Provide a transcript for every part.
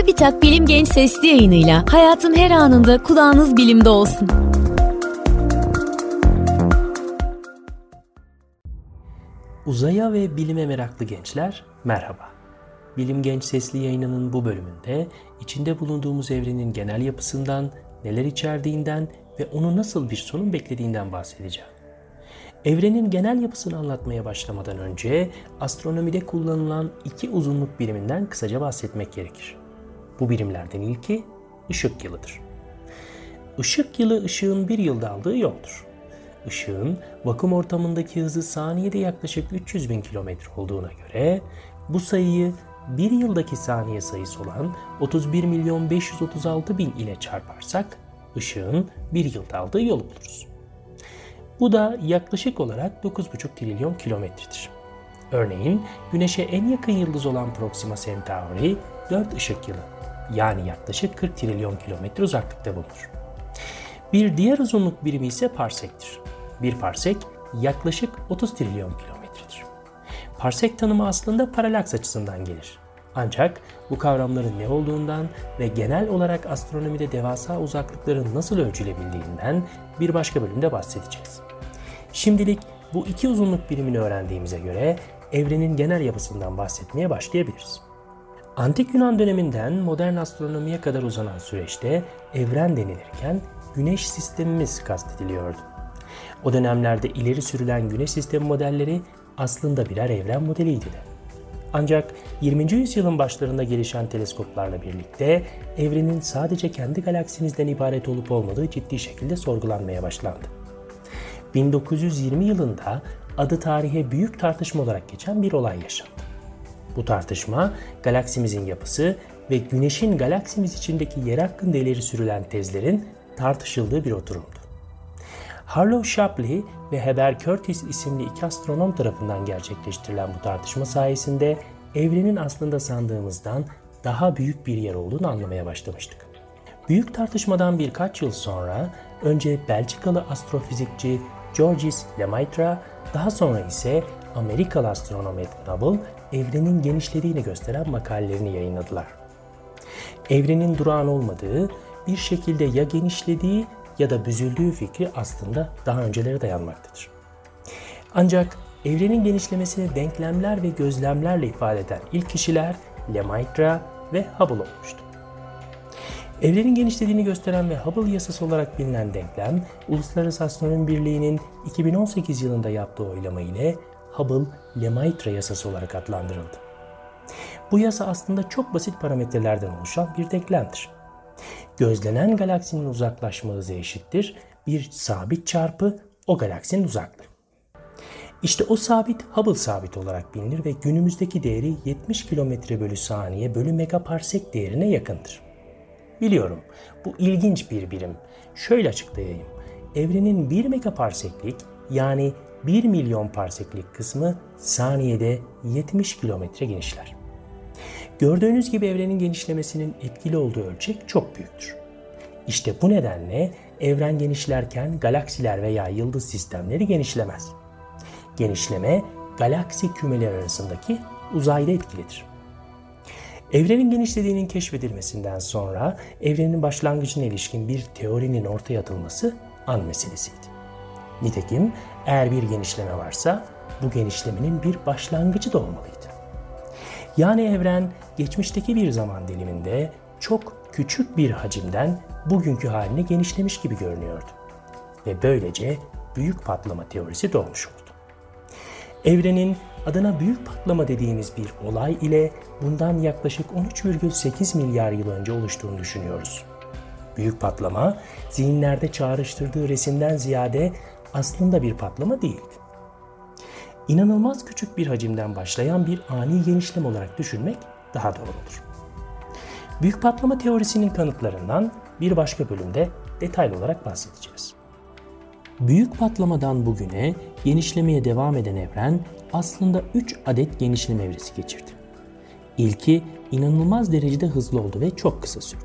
TÜBİTAK Bilim Genç Sesli Yayınıyla hayatın her anında kulağınız bilimde olsun. Uzaya ve bilime meraklı gençler, merhaba. Bilim Genç Sesli Yayınının bu bölümünde içinde bulunduğumuz evrenin genel yapısından, neler içerdiğinden ve onu nasıl bir sonun beklediğinden bahsedeceğim. Evrenin genel yapısını anlatmaya başlamadan önce astronomide kullanılan iki uzunluk biriminden kısaca bahsetmek gerekir. Bu birimlerden ilki ışık yılıdır. Işık yılı ışığın bir yılda aldığı yoldur. Işığın vakum ortamındaki hızı saniyede yaklaşık 300 bin kilometre olduğuna göre bu sayıyı bir yıldaki saniye sayısı olan 31.536.000 ile çarparsak ışığın bir yılda aldığı yolu buluruz. Bu da yaklaşık olarak 9,5 trilyon kilometredir. Örneğin Güneş'e en yakın yıldız olan Proxima Centauri 4 ışık yılı, yani yaklaşık 40 trilyon kilometre uzaklıkta bulunur. Bir diğer uzunluk birimi ise parsektir. Bir parsek yaklaşık 30 trilyon kilometredir. Parsek tanımı aslında paralaks açısından gelir. Ancak bu kavramların ne olduğundan ve genel olarak astronomide devasa uzaklıkların nasıl ölçülebildiğinden bir başka bölümde bahsedeceğiz. Şimdilik bu iki uzunluk birimini öğrendiğimize göre evrenin genel yapısından bahsetmeye başlayabiliriz. Antik Yunan döneminden modern astronomiye kadar uzanan süreçte evren denilirken Güneş sistemimiz kastediliyordu. O dönemlerde ileri sürülen Güneş sistemi modelleri aslında birer evren modeliydi de. Ancak 20. yüzyılın başlarında gelişen teleskoplarla birlikte evrenin sadece kendi galaksimizden ibaret olup olmadığı ciddi şekilde sorgulanmaya başlandı. 1920 yılında adı tarihe büyük tartışma olarak geçen bir olay yaşandı. Bu tartışma galaksimizin yapısı ve Güneş'in galaksimiz içindeki yeri hakkında ileri sürülen tezlerin tartışıldığı bir oturumdu. Harlow Shapley ve Heber Curtis isimli iki astronom tarafından gerçekleştirilen bu tartışma sayesinde evrenin aslında sandığımızdan daha büyük bir yer olduğunu anlamaya başlamıştık. Büyük tartışmadan birkaç yıl sonra önce Belçikalı astrofizikçi Georges Lemaitre, daha sonra ise Amerikalı astronom Edwin Hubble evrenin genişlediğini gösteren makalelerini yayınladılar. Evrenin durağan olmadığı, bir şekilde ya genişlediği ya da büzüldüğü fikri aslında daha öncelere dayanmaktadır. Ancak evrenin genişlemesini denklemler ve gözlemlerle ifade eden ilk kişiler Lemaitre ve Hubble olmuştu. Evrenin genişlediğini gösteren ve Hubble yasası olarak bilinen denklem, Uluslararası Astronomi Birliği'nin 2018 yılında yaptığı oylama ile Hubble-Lemaitre yasası olarak adlandırıldı. Bu yasa aslında çok basit parametrelerden oluşan bir denklemdir. Gözlenen galaksinin uzaklaşma hızı eşittir bir sabit çarpı o galaksinin uzaklığı. İşte o sabit Hubble sabiti olarak bilinir ve günümüzdeki değeri 70 km/saniye bölü megaparsek değerine yakındır. Biliyorum, bu ilginç bir birim. Şöyle açıklayayım. Evrenin 1 megaparseklik yani 1 milyon parseklik kısmı saniyede 70 kilometre genişler. Gördüğünüz gibi evrenin genişlemesinin etkili olduğu ölçek çok büyüktür. İşte bu nedenle evren genişlerken galaksiler veya yıldız sistemleri genişlemez. Genişleme galaksi kümeleri arasındaki uzayda etkilidir. Evrenin genişlediğinin keşfedilmesinden sonra evrenin başlangıcına ilişkin bir teorinin ortaya atılması an meselesiydi. Nitekim eğer bir genişleme varsa bu genişlemenin bir başlangıcı da olmalıydı. Yani evren geçmişteki bir zaman diliminde çok küçük bir hacimden bugünkü haline genişlemiş gibi görünüyordu. Ve böylece büyük patlama teorisi doğmuş oldu. Evrenin adına büyük patlama dediğimiz bir olay ile bundan yaklaşık 13,8 milyar yıl önce oluştuğunu düşünüyoruz. Büyük patlama, zihinlerde çağrıştırdığı resimden ziyade aslında bir patlama değildi. İnanılmaz küçük bir hacimden başlayan bir ani genişleme olarak düşünmek daha doğru olur. Büyük patlama teorisinin kanıtlarından bir başka bölümde detaylı olarak bahsedeceğiz. Büyük patlamadan bugüne genişlemeye devam eden evren aslında 3 adet genişleme evresi geçirdi. İlki inanılmaz derecede hızlı oldu ve çok kısa sürdü.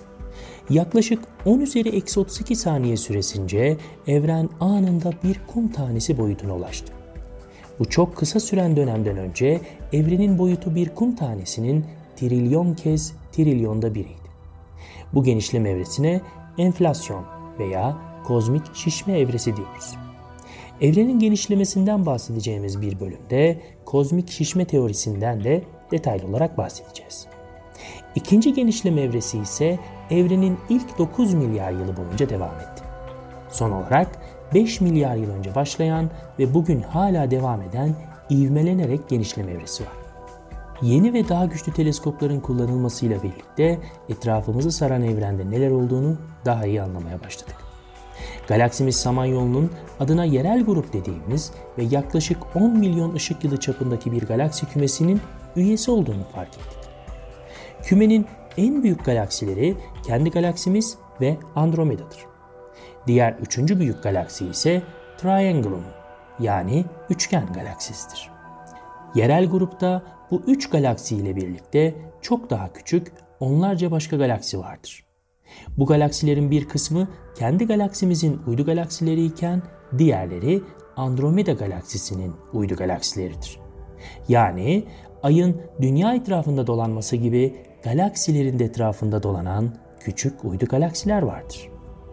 Yaklaşık 10⁻32 saniye süresince evren anında bir kum tanesi boyutuna ulaştı. Bu çok kısa süren dönemden önce evrenin boyutu bir kum tanesinin trilyon kez trilyonda biriydi. Bu genişleme evresine enflasyon veya kozmik şişme evresi diyoruz. Evrenin genişlemesinden bahsedeceğimiz bir bölümde kozmik şişme teorisinden de detaylı olarak bahsedeceğiz. İkinci genişleme evresi ise evrenin ilk 9 milyar yılı boyunca devam etti. Son olarak 5 milyar yıl önce başlayan ve bugün hala devam eden ivmelenerek genişleme evresi var. Yeni ve daha güçlü teleskopların kullanılmasıyla birlikte etrafımızı saran evrende neler olduğunu daha iyi anlamaya başladık. Galaksimiz Samanyolu'nun adına yerel grup dediğimiz ve yaklaşık 10 milyon ışık yılı çapındaki bir galaksi kümesinin üyesi olduğunu fark ettik. Kümenin en büyük galaksileri kendi galaksimiz ve Andromeda'dır. Diğer üçüncü büyük galaksi ise Triangulum yani üçgen galaksisidir. Yerel grupta bu üç galaksi ile birlikte çok daha küçük onlarca başka galaksi vardır. Bu galaksilerin bir kısmı kendi galaksimizin uydu galaksileri iken diğerleri Andromeda galaksisinin uydu galaksileridir. Yani Ay'ın dünya etrafında dolanması gibi galaksilerin de etrafında dolanan küçük uydu galaksiler vardır.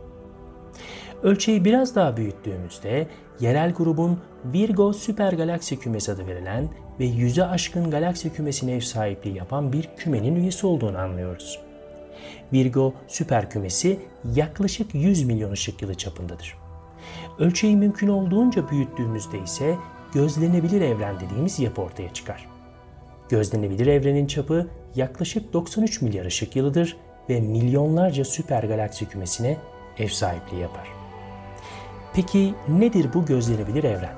Ölçeği biraz daha büyüttüğümüzde yerel grubun Virgo süper galaksi kümesi adı verilen ve 100'e aşkın galaksi kümesine ev sahipliği yapan bir kümenin üyesi olduğunu anlıyoruz. Virgo süper kümesi yaklaşık 100 milyon ışık yılı çapındadır. Ölçeği mümkün olduğunca büyüttüğümüzde ise gözlenebilir evren dediğimiz yapı ortaya çıkar. Gözlenebilir evrenin çapı yaklaşık 93 milyar ışık yılıdır ve milyonlarca süper galaksi kümesine ev sahipliği yapar. Peki nedir bu gözlenebilir evren?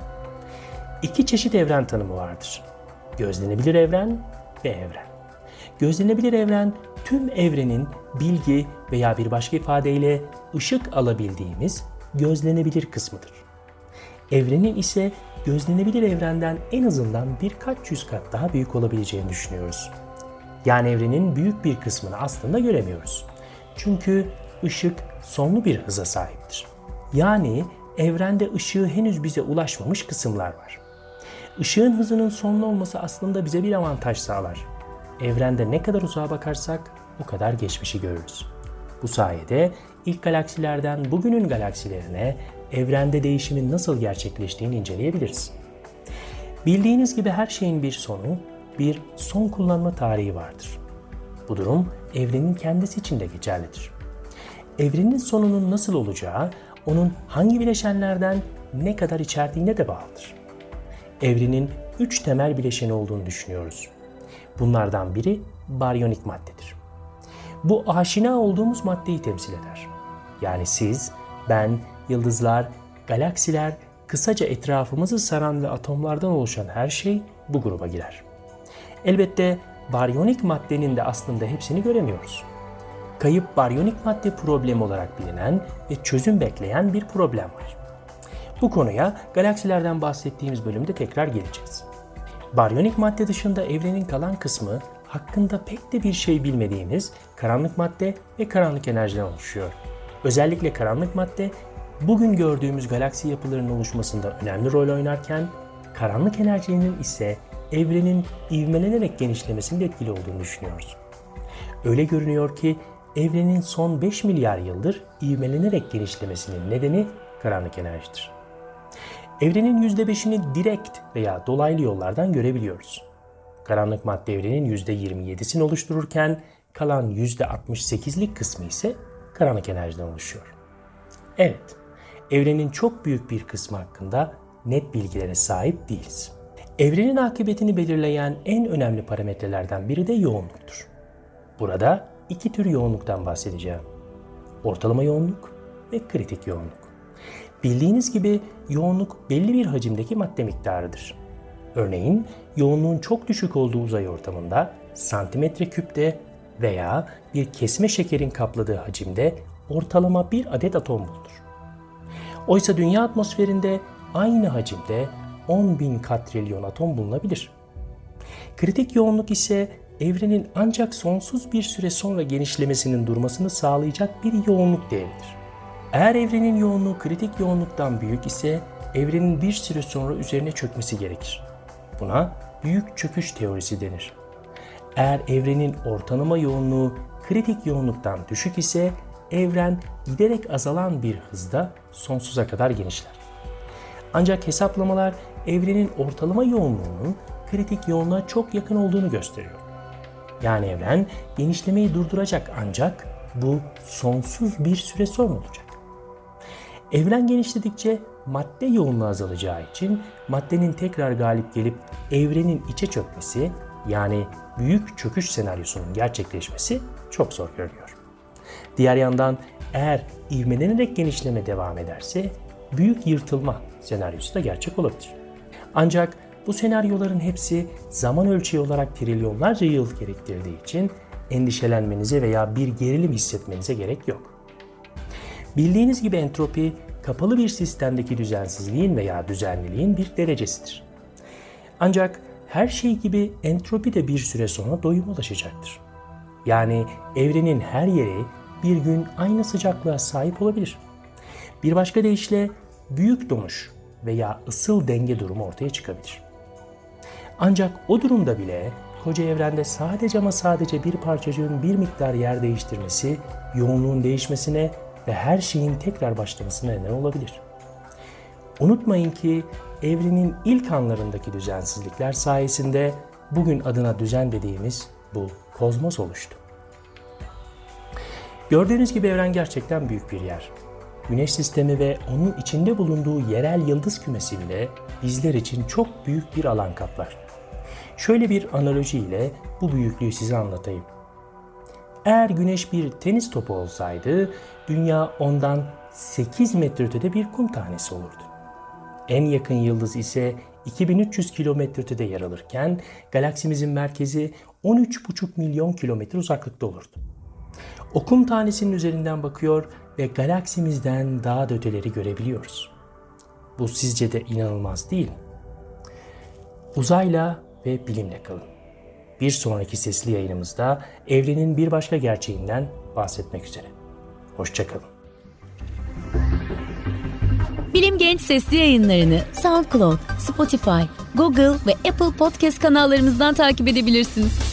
İki çeşit evren tanımı vardır. Gözlenebilir evren ve evren. Gözlenebilir evren tüm evrenin bilgi veya bir başka ifadeyle ışık alabildiğimiz gözlenebilir kısmıdır. Evrenin ise gözlenebilir evrenden en azından birkaç yüz kat daha büyük olabileceğini düşünüyoruz. Yani evrenin büyük bir kısmını aslında göremiyoruz. Çünkü ışık sonlu bir hıza sahiptir. Yani evrende ışığı henüz bize ulaşmamış kısımlar var. Işığın hızının sonlu olması aslında bize bir avantaj sağlar. Evrende ne kadar uzağa bakarsak o kadar geçmişi görürüz. Bu sayede ilk galaksilerden bugünün galaksilerine evrende değişimin nasıl gerçekleştiğini inceleyebiliriz. Bildiğiniz gibi her şeyin bir sonu, bir son kullanma tarihi vardır. Bu durum evrenin kendisi için de geçerlidir. Evrenin sonunun nasıl olacağı, onun hangi bileşenlerden ne kadar içerdiğine de bağlıdır. Evrenin 3 temel bileşeni olduğunu düşünüyoruz. Bunlardan biri baryonik maddedir. Bu aşina olduğumuz maddeyi temsil eder. Yani siz, ben, yıldızlar, galaksiler, kısaca etrafımızı saran ve atomlardan oluşan her şey bu gruba girer. Elbette baryonik maddenin de aslında hepsini göremiyoruz. Kayıp baryonik madde problemi olarak bilinen ve çözüm bekleyen bir problem var. Bu konuya galaksilerden bahsettiğimiz bölümde tekrar geleceğiz. Baryonik madde dışında evrenin kalan kısmı hakkında pek de bir şey bilmediğimiz karanlık madde ve karanlık enerjiden oluşuyor. Özellikle karanlık madde bugün gördüğümüz galaksi yapılarının oluşmasında önemli rol oynarken karanlık enerjinin ise evrenin ivmelenerek genişlemesinde etkili olduğunu düşünüyoruz. Öyle görünüyor ki evrenin son 5 milyar yıldır ivmelenerek genişlemesinin nedeni karanlık enerjidir. Evrenin %5'ini direkt veya dolaylı yollardan görebiliyoruz. Karanlık madde evrenin %27'sini oluştururken kalan %68'lik kısmı ise karanlık enerjiden oluşuyor. Evet, evrenin çok büyük bir kısmı hakkında net bilgilere sahip değiliz. Evrenin akıbetini belirleyen en önemli parametrelerden biri de yoğunluktur. Burada iki tür yoğunluktan bahsedeceğim. Ortalama yoğunluk ve kritik yoğunluk. Bildiğiniz gibi yoğunluk belli bir hacimdeki madde miktarıdır. Örneğin yoğunluğun çok düşük olduğu uzay ortamında santimetre küpte veya bir kesme şekerin kapladığı hacimde ortalama bir adet atom bulunur. Oysa dünya atmosferinde aynı hacimde 10.000 katrilyon atom bulunabilir. Kritik yoğunluk ise evrenin ancak sonsuz bir süre sonra genişlemesinin durmasını sağlayacak bir yoğunluk değeridir. Eğer evrenin yoğunluğu kritik yoğunluktan büyük ise evrenin bir süre sonra üzerine çökmesi gerekir. Buna büyük çöküş teorisi denir. Eğer evrenin ortalama yoğunluğu kritik yoğunluktan düşük ise evren giderek azalan bir hızda sonsuza kadar genişler. Ancak hesaplamalar evrenin ortalama yoğunluğunun kritik yoğunluğa çok yakın olduğunu gösteriyor. Yani evren genişlemeyi durduracak ancak bu sonsuz bir süre sonra olacak. Evren genişledikçe madde yoğunluğu azalacağı için maddenin tekrar galip gelip evrenin içe çökmesi, yani büyük çöküş senaryosunun gerçekleşmesi çok zor görünüyor. Diğer yandan eğer ivmelenerek genişleme devam ederse büyük yırtılma senaryosu da gerçek olabilir. Ancak bu senaryoların hepsi zaman ölçeği olarak trilyonlarca yıl gerektirdiği için endişelenmenize veya bir gerilim hissetmenize gerek yok. Bildiğiniz gibi entropi, kapalı bir sistemdeki düzensizliğin veya düzenliliğin bir derecesidir. Ancak her şey gibi entropi de bir süre sonra doyuma ulaşacaktır. Yani evrenin her yeri bir gün aynı sıcaklığa sahip olabilir. Bir başka deyişle büyük donuş veya ısıl denge durumu ortaya çıkabilir. Ancak o durumda bile koca evrende sadece ama sadece bir parçacığın bir miktar yer değiştirmesi, yoğunluğun değişmesine ve her şeyin tekrar başlamasına neden olabilir. Unutmayın ki evrenin ilk anlarındaki düzensizlikler sayesinde bugün adına düzen dediğimiz bu kozmos oluştu. Gördüğünüz gibi evren gerçekten büyük bir yer. Güneş sistemi ve onun içinde bulunduğu yerel yıldız kümesi bile bizler için çok büyük bir alan kaplar. Şöyle bir analojiyle bu büyüklüğü size anlatayım. Eğer Güneş bir tenis topu olsaydı, Dünya ondan 8 metre ötede bir kum tanesi olurdu. En yakın yıldız ise 2300 kilometre ötede yer alırken galaksimizin merkezi 13,5 milyon kilometre uzaklıkta olurdu. O kum tanesinin üzerinden bakıyor ve galaksimizden daha da öteleri görebiliyoruz. Bu sizce de inanılmaz değil mi? Uzayla ve bilimle kalın. Bir sonraki sesli yayınımızda evrenin bir başka gerçeğinden bahsetmek üzere. Hoşça kalın. Bilim Genç sesli yayınlarını SoundCloud, Spotify, Google ve Apple Podcast kanallarımızdan takip edebilirsiniz.